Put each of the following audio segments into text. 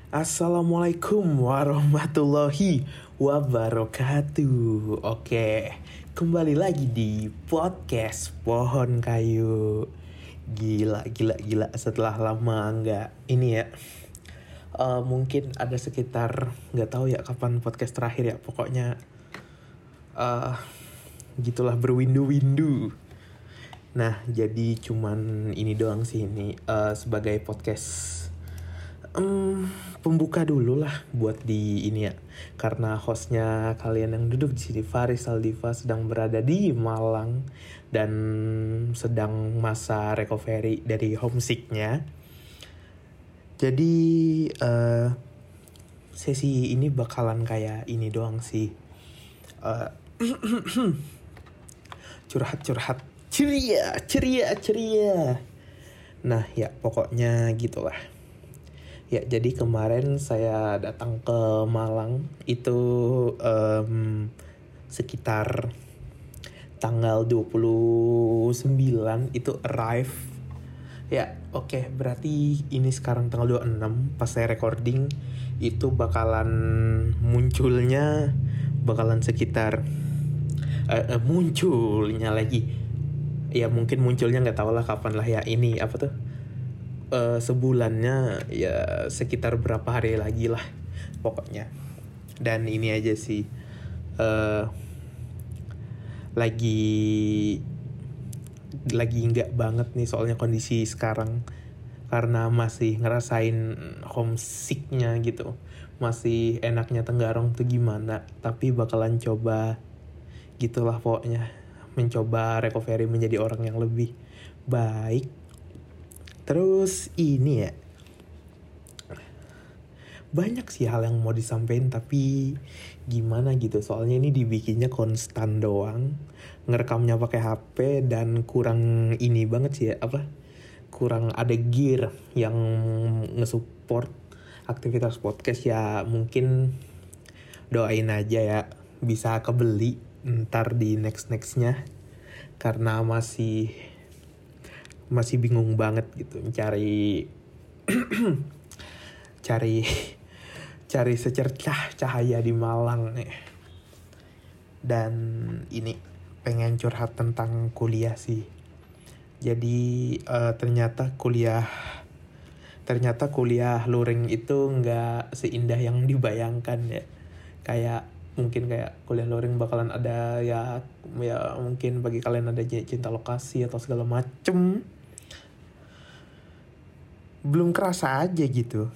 Assalamualaikum warahmatullahi wabarakatuh. Oke, kembali lagi di podcast Pohon Kayu. Gila. Setelah lama nggak ini ya. Mungkin ada sekitar nggak tahu ya kapan podcast terakhir ya. Pokoknya gitulah berwindu-windu. Nah, jadi cuman ini doang sih ini sebagai podcast pembuka dulu lah buat di ini ya. Karena hostnya kalian yang duduk di sini Faris Aldiva sedang berada di Malang dan sedang masa recovery dari homesicknya. Jadi sesi ini bakalan kayak ini doang sih. Curhat ceria. Nah ya pokoknya gitulah. Ya jadi kemarin saya datang ke Malang itu sekitar tanggal 29 itu arrive. Ya oke, berarti ini sekarang tanggal 26 pas saya recording itu bakalan sekitar munculnya lagi. Ya mungkin munculnya nggak tahu lah kapan lah ya ini apa tuh. Sebulannya ya sekitar berapa hari lagi lah pokoknya. Dan ini aja sih lagi nggak banget nih soalnya kondisi sekarang karena masih ngerasain homesicknya gitu, masih enaknya Tenggarong tuh gimana, tapi bakalan coba gitulah pokoknya, mencoba recovery menjadi orang yang lebih baik. Terus ini ya, banyak sih hal yang mau disampaikan tapi gimana gitu. Soalnya ini dibikinnya konstan doang, ngerekamnya pakai HP dan kurang ini banget sih ya, kurang ada gear yang nge-support aktivitas podcast ya. Mungkin doain aja ya bisa kebeli ntar di nextnya karena masih bingung banget gitu cari secercah cahaya di Malang nih. Dan ini pengen curhat tentang kuliah sih. Jadi ternyata kuliah luring itu nggak seindah yang dibayangkan ya. Mungkin kayak kuliah luring bakalan ada ya mungkin bagi kalian ada cinta lokasi atau segala macem. Belum kerasa aja gitu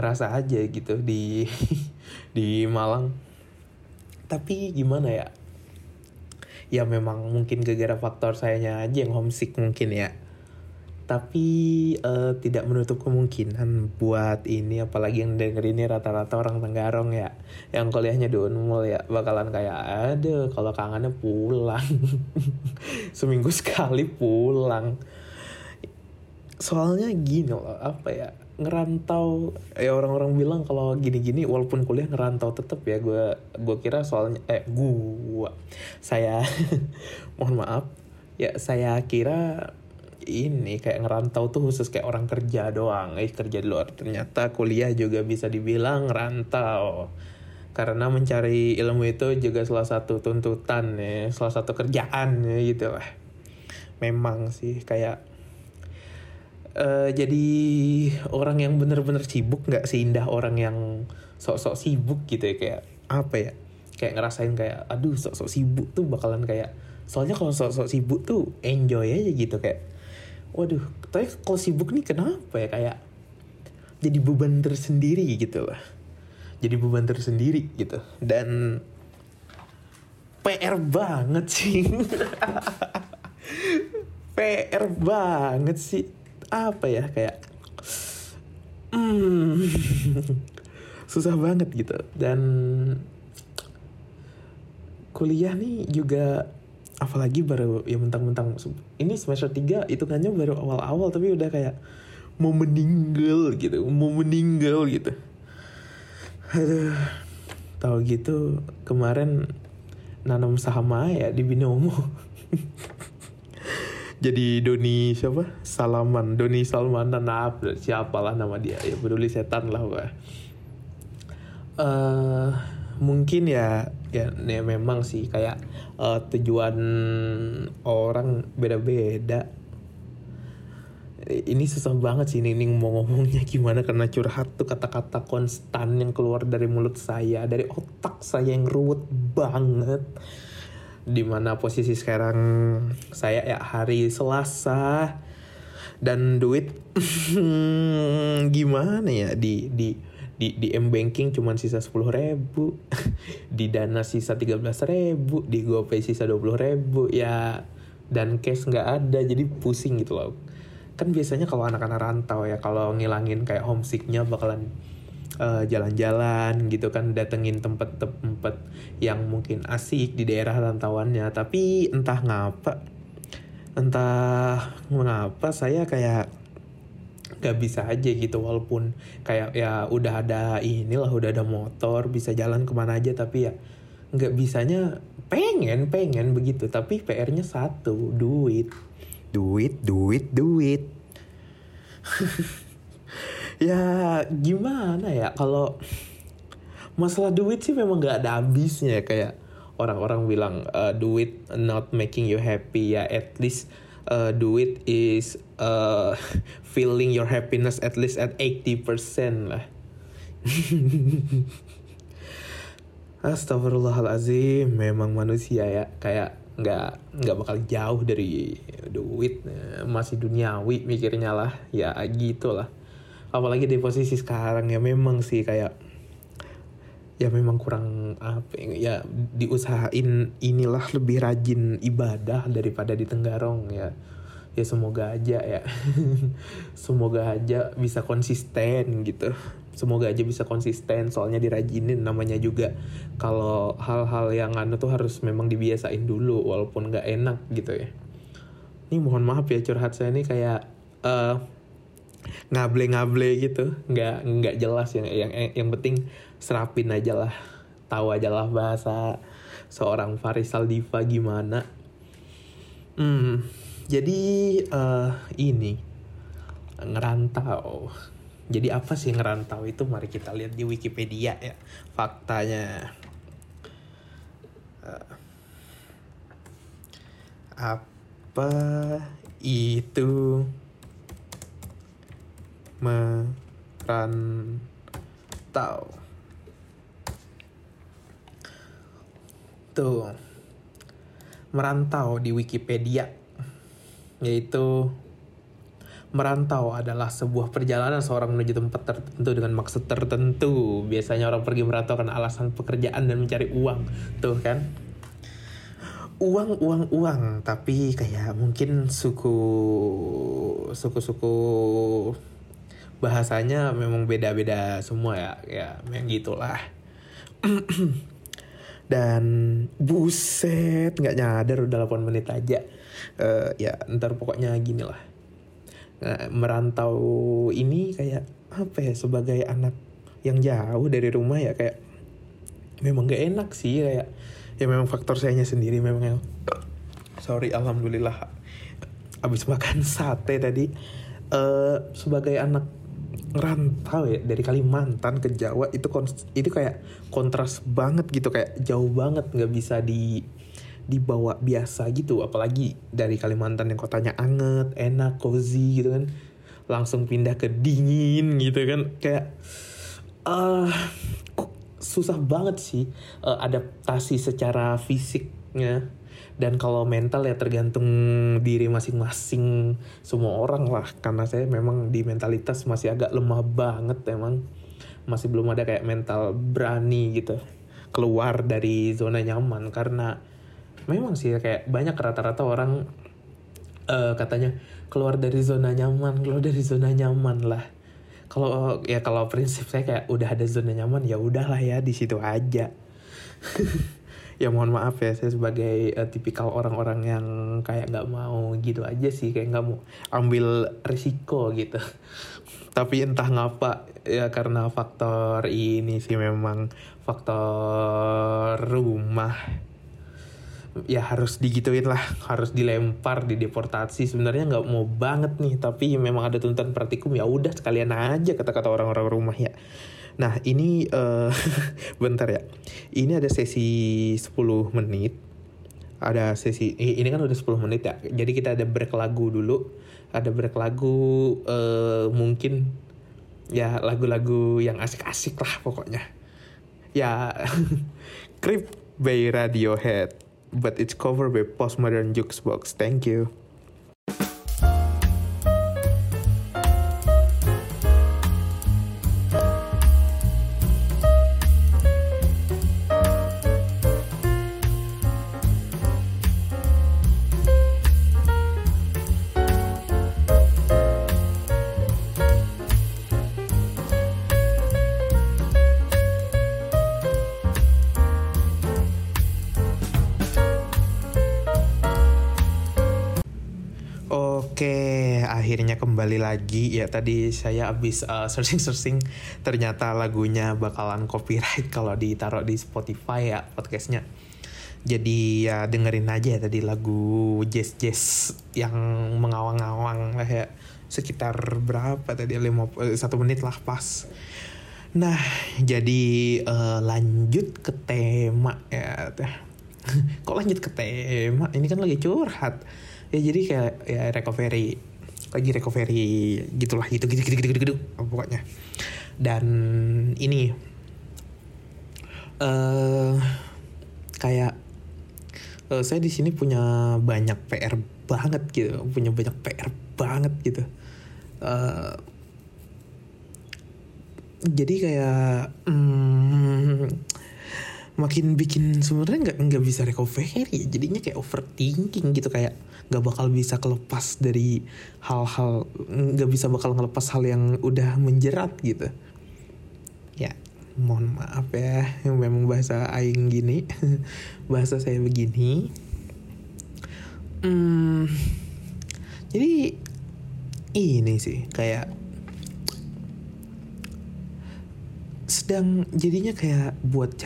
di di Malang. Tapi gimana ya? Ya memang mungkin gara-gara faktor sayanya aja yang homesick mungkin ya. Tapi tidak menutup kemungkinan buat ini, apalagi yang denger ini rata-rata orang Tenggarong ya, yang kuliahnya di Unmul ya, bakalan kayak aduh kalau kangennya pulang. Seminggu sekali pulang. Soalnya gini loh, ngerantau ya, orang-orang bilang kalau gini-gini walaupun kuliah ngerantau tetap ya. Gue kira soalnya saya mohon maaf ya, saya kira ini kayak ngerantau tuh khusus kayak orang kerja doang, kerja di luar. Ternyata kuliah juga bisa dibilang ngerantau, karena mencari ilmu itu juga salah satu tuntutan ya, salah satu kerjaan ya gitu lah. Memang sih kayak jadi orang yang benar-benar sibuk nggak seindah orang yang sok-sok sibuk gitu ya. Kayak apa ya, kayak ngerasain kayak aduh sok-sok sibuk tuh bakalan kayak, soalnya kalau sok-sok sibuk tuh enjoy aja gitu, kayak waduh, tapi kalau sibuk nih kenapa ya, kayak jadi beban tersendiri gitu lah, dan PR banget sih. PR banget sih, apa ya, kayak susah banget gitu. Dan kuliah nih juga apalagi baru ya mentang-mentang ini semester 3 hitungannya baru awal-awal tapi udah kayak mau meninggal gitu. Aduh, tahu gitu kemarin nanam saham ya di Binomo. Jadi Doni Salmanan, siapalah nama dia, ya peduli setan lah gue. eh mungkin ya memang sih kayak tujuan orang beda-beda. Ini susah banget sih ini mau ngomongnya gimana, karena curhat tuh kata-kata konstan yang keluar dari mulut saya, dari otak saya yang ruwet banget. Dimana posisi sekarang saya ya hari Selasa, dan duit gimana ya, di M-Banking cuman sisa 10.000, di Dana sisa 13.000, di GoPay sisa 20.000 ya, dan cash nggak ada, jadi pusing gitu loh. Kan biasanya kalau anak-anak rantau ya, kalau ngilangin kayak homesicknya bakalan jalan-jalan gitu kan, datengin tempat-tempat yang mungkin asik di daerah rantauannya. Tapi entah mengapa saya kayak gak bisa aja gitu, walaupun kayak ya udah ada motor, bisa jalan kemana aja, tapi ya nggak bisanya. Pengen begitu, tapi PR-nya satu, duit. Ya gimana ya, kalau masalah duit sih memang gak ada habisnya. Kayak orang-orang bilang duit not making you happy, ya at least duit is filling your happiness at least at 80% lah. Astagfirullahalazim, memang manusia ya kayak nggak bakal jauh dari duit, masih duniawi mikirnya lah, ya gitu lah. Apalagi di posisi sekarang ya, memang sih kayak ya memang kurang apa ya, diusahain inilah lebih rajin ibadah daripada di Tenggarong ya. Ya semoga aja ya semoga aja bisa konsisten gitu, soalnya dirajinin namanya juga. Kalau hal-hal yang tuh harus memang dibiasain dulu walaupun nggak enak gitu ya. Ini mohon maaf ya, curhat saya ini kayak ngable gitu, nggak jelas. Yang penting serapin aja lah, tahu aja lah bahasa seorang Farisal Diva gimana. Jadi ini ngerantau. Jadi apa sih ngerantau itu? Mari kita lihat di Wikipedia ya faktanya. Apa itu merantau? Tuh, merantau di Wikipedia, yaitu merantau adalah sebuah perjalanan seorang menuju tempat tertentu dengan maksud tertentu. Biasanya orang pergi merantau karena alasan pekerjaan dan mencari uang. Tuh kan, uang. Tapi kayak mungkin suku bahasanya memang beda-beda semua ya memang gitulah. Dan buset, nggak nyadar udah 8 menit aja. Ya ntar pokoknya gini lah. Merantau ini kayak apa ya, sebagai anak yang jauh dari rumah ya, kayak memang gak enak sih. Kayak ya memang faktor sayanya sendiri memang. Alhamdulillah abis makan sate tadi. Sebagai anak rantau ya, dari Kalimantan ke Jawa, itu kayak kontras banget gitu, kayak jauh banget, nggak bisa dibawa biasa gitu. Apalagi dari Kalimantan yang kotanya anget, enak, cozy gitu kan, langsung pindah ke dingin gitu kan, kayak susah banget sih adaptasi secara fisiknya. Dan kalau mental ya tergantung diri masing-masing semua orang lah, karena saya memang di mentalitas masih agak lemah banget emang. Masih belum ada kayak mental berani gitu keluar dari zona nyaman. Karena memang sih kayak banyak rata-rata orang katanya keluar dari zona nyaman lah. Kalau prinsip saya kayak udah ada zona nyaman ya udahlah ya, di situ aja. Ya mohon maaf ya, saya sebagai tipikal orang-orang yang kayak nggak mau gitu aja sih, kayak nggak mau ambil risiko gitu. Tapi entah ngapa ya, karena faktor ini sih, memang faktor rumah. ya harus digituin lah, harus dilempar, dideportasi. Sebenarnya nggak mau banget nih, tapi memang ada tuntutan praktikum, ya udah sekalian aja kata-kata orang-orang rumah ya. Nah ini bentar ya, ini ada sesi 10 menit, ada sesi ini kan udah 10 menit ya, jadi kita ada break lagu dulu, ada break lagu, mungkin ya lagu-lagu yang asik-asik lah pokoknya ya. Creep by Radiohead, but it's covered by Postmodern Jukebox. Thank you. Oke, akhirnya kembali lagi ya. Tadi saya habis searching, ternyata lagunya bakalan copyright kalau ditaruh di Spotify ya podcastnya. Jadi ya dengerin aja ya tadi lagu jazz yang mengawang-awang lah ya. Sekitar berapa tadi, 1 menit lah pas. Nah, jadi lanjut ke tema ya. Kok lanjut ke tema? Ini kan lagi curhat. Ya jadi kayak ya recovery gitulah, gitu pokoknya. Dan ini kayak saya di sini punya banyak PR banget gitu, jadi kayak makin bikin sebenarnya nggak bisa recovery, jadinya kayak overthinking gitu, kayak nggak bakal bisa kelepas dari hal-hal, nggak bisa bakal ngelepas hal yang udah menjerat gitu ya. Mohon maaf ya, memang bahasa aing gini bahasa saya begini. Jadi ini sih kayak sedang jadinya kayak buat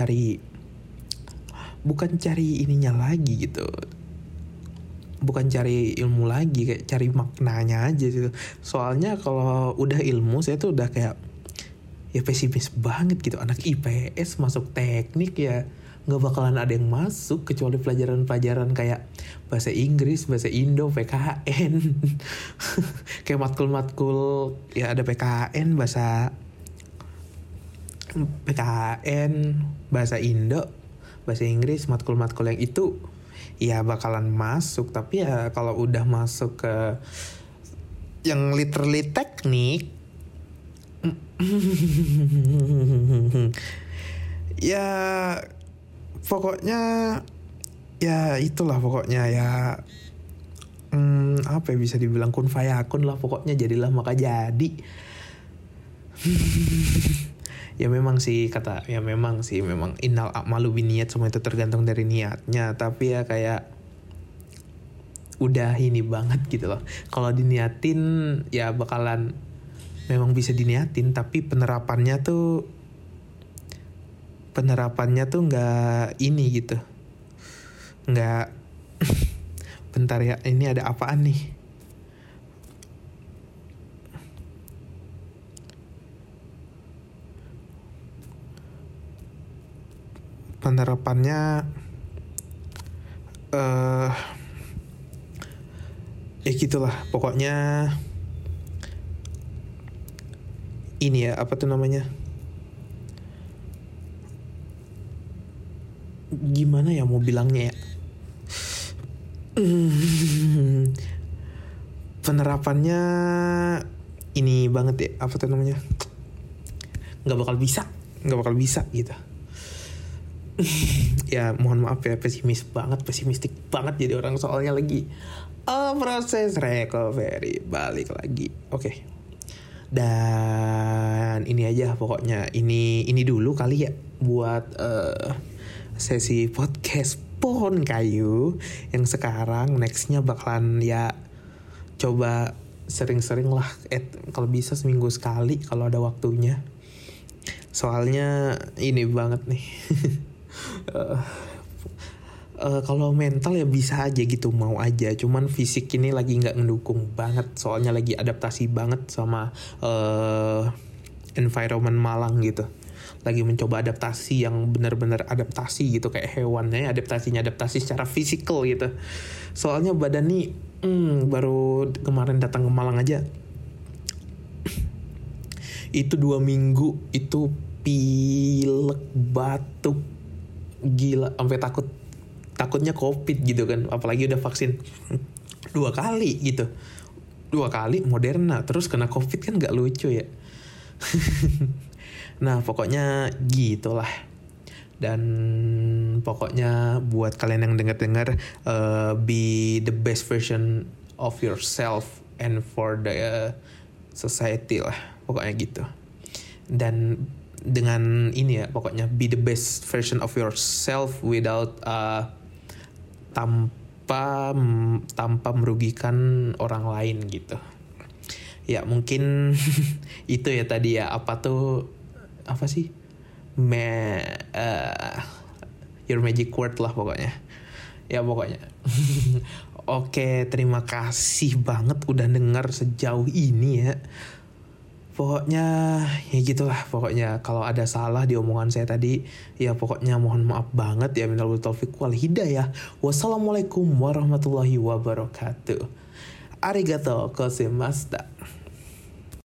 bukan cari ininya lagi gitu, bukan cari ilmu lagi, kayak cari maknanya aja gitu. Soalnya kalau udah ilmu, saya tuh udah kayak ya pesimis banget gitu. Anak IPS masuk teknik ya nggak bakalan ada yang masuk kecuali pelajaran-pelajaran kayak bahasa Inggris, bahasa Indo, PKN. Kayak matkul-matkul ya, ada PKN, bahasa Indo, bahasa Inggris, matkul-matkul yang itu ya bakalan masuk. Tapi ya kalau udah masuk ke yang literally teknik ya pokoknya ya itulah pokoknya ya apa ya, bisa dibilang kun fayakun lah pokoknya, jadilah maka jadi. Ya memang sih memang innal a'malu binniyat, semua itu tergantung dari niatnya. Tapi ya kayak udah ini banget gitu loh. Kalau diniatin ya bakalan memang bisa diniatin, tapi penerapannya tuh nggak ini gitu, nggak. Bentar ya, ini ada apaan nih? Penerapannya gitulah pokoknya. Ini ya, apa tuh namanya, gimana ya mau bilangnya ya, penerapannya ini banget ya, apa tuh namanya, nggak bakal bisa gitu. Ya mohon maaf ya, pesimistik banget jadi orang, soalnya lagi proses recovery, balik lagi. Oke. Dan ini aja pokoknya, ini dulu kali ya buat sesi podcast Pohon Kayu yang sekarang. Nextnya bakalan ya coba sering-sering lah, kalau bisa seminggu sekali kalau ada waktunya. Soalnya ini banget nih Kalau mental ya bisa aja gitu, mau aja. Cuman fisik ini lagi nggak ngedukung banget, soalnya lagi adaptasi banget sama environment Malang gitu. Lagi mencoba adaptasi yang benar-benar adaptasi gitu, kayak hewannya adaptasi secara fisikal gitu. Soalnya badan nih baru kemarin datang ke Malang aja itu 2 minggu itu pilek, batuk, gila, sampai takutnya COVID gitu kan, apalagi udah vaksin 2 kali gitu, 2 kali Moderna terus kena COVID kan nggak lucu ya. Nah pokoknya gitulah. Dan pokoknya buat kalian yang dengar be the best version of yourself and for the society lah, pokoknya gitu. Dan dengan ini ya, pokoknya be the best version of yourself without tanpa merugikan orang lain gitu. Ya mungkin itu ya tadi ya, apa sih your magic word lah pokoknya. Ya pokoknya. Oke, terima kasih banget udah denger sejauh ini ya. Pokoknya ya gitulah, pokoknya kalau ada salah di omongan saya tadi ya pokoknya mohon maaf banget ya, minal taufiq wal hidayah. Wassalamualaikum warahmatullahi wabarakatuh. Arigatou gozaimashita.